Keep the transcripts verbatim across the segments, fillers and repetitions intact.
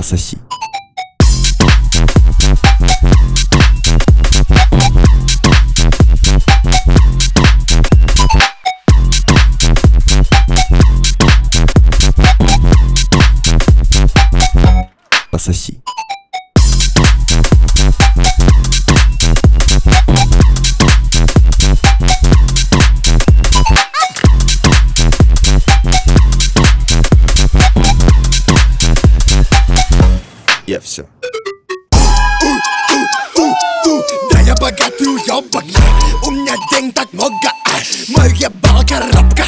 Пососи. Пососи. Я все. Да я богатый уёбок, у меня денег так много, мой ебал коробка.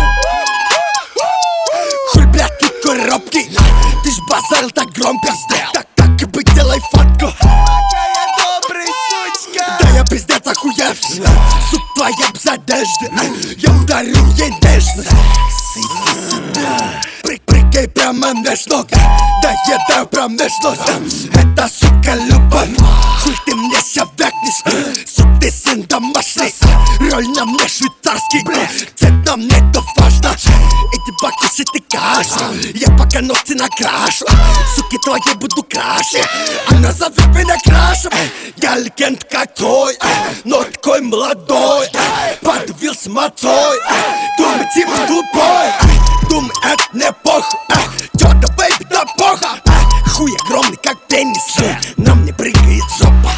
Хуй, блядь, тут коробки, ты ж базарил так громко. Так, так и быть, делай фотку. Какая добрый сучка. Да я пиздец охуевший, сук твоя без одежды, я ударю ей нежно. Иди сюда, прыгай прямо меж ног, да я даю прям меж ног. Это, сука, любовь, хуй ты мне ся вякнешь, сук ты сын домашний, роль на мне швейцарский, цвет на мне то важно. Иди покушай ты кашу, я пока ногти накрашу, суки твои буду краше, она зовет меня крашем. Я легенд как твой, но такой молодой, подвил с мацой, думай типа тупой, думай это не похуй, чё да бэйби да похуй. Хуй огромный как теннис, на мне прыгает жопа.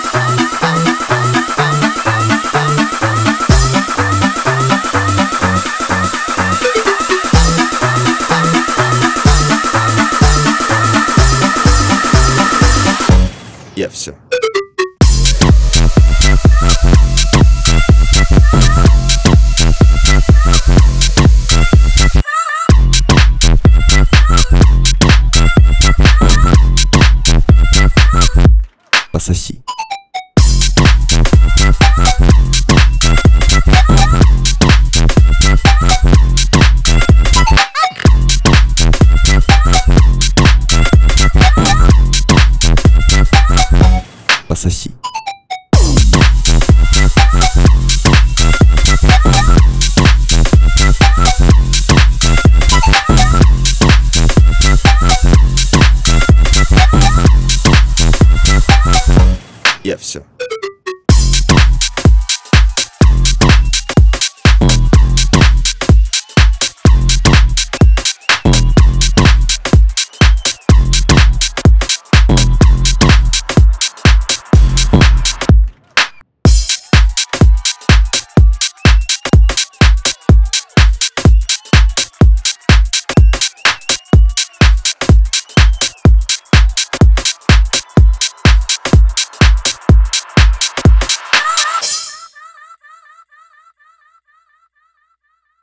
Я все. Пососи. Пососи.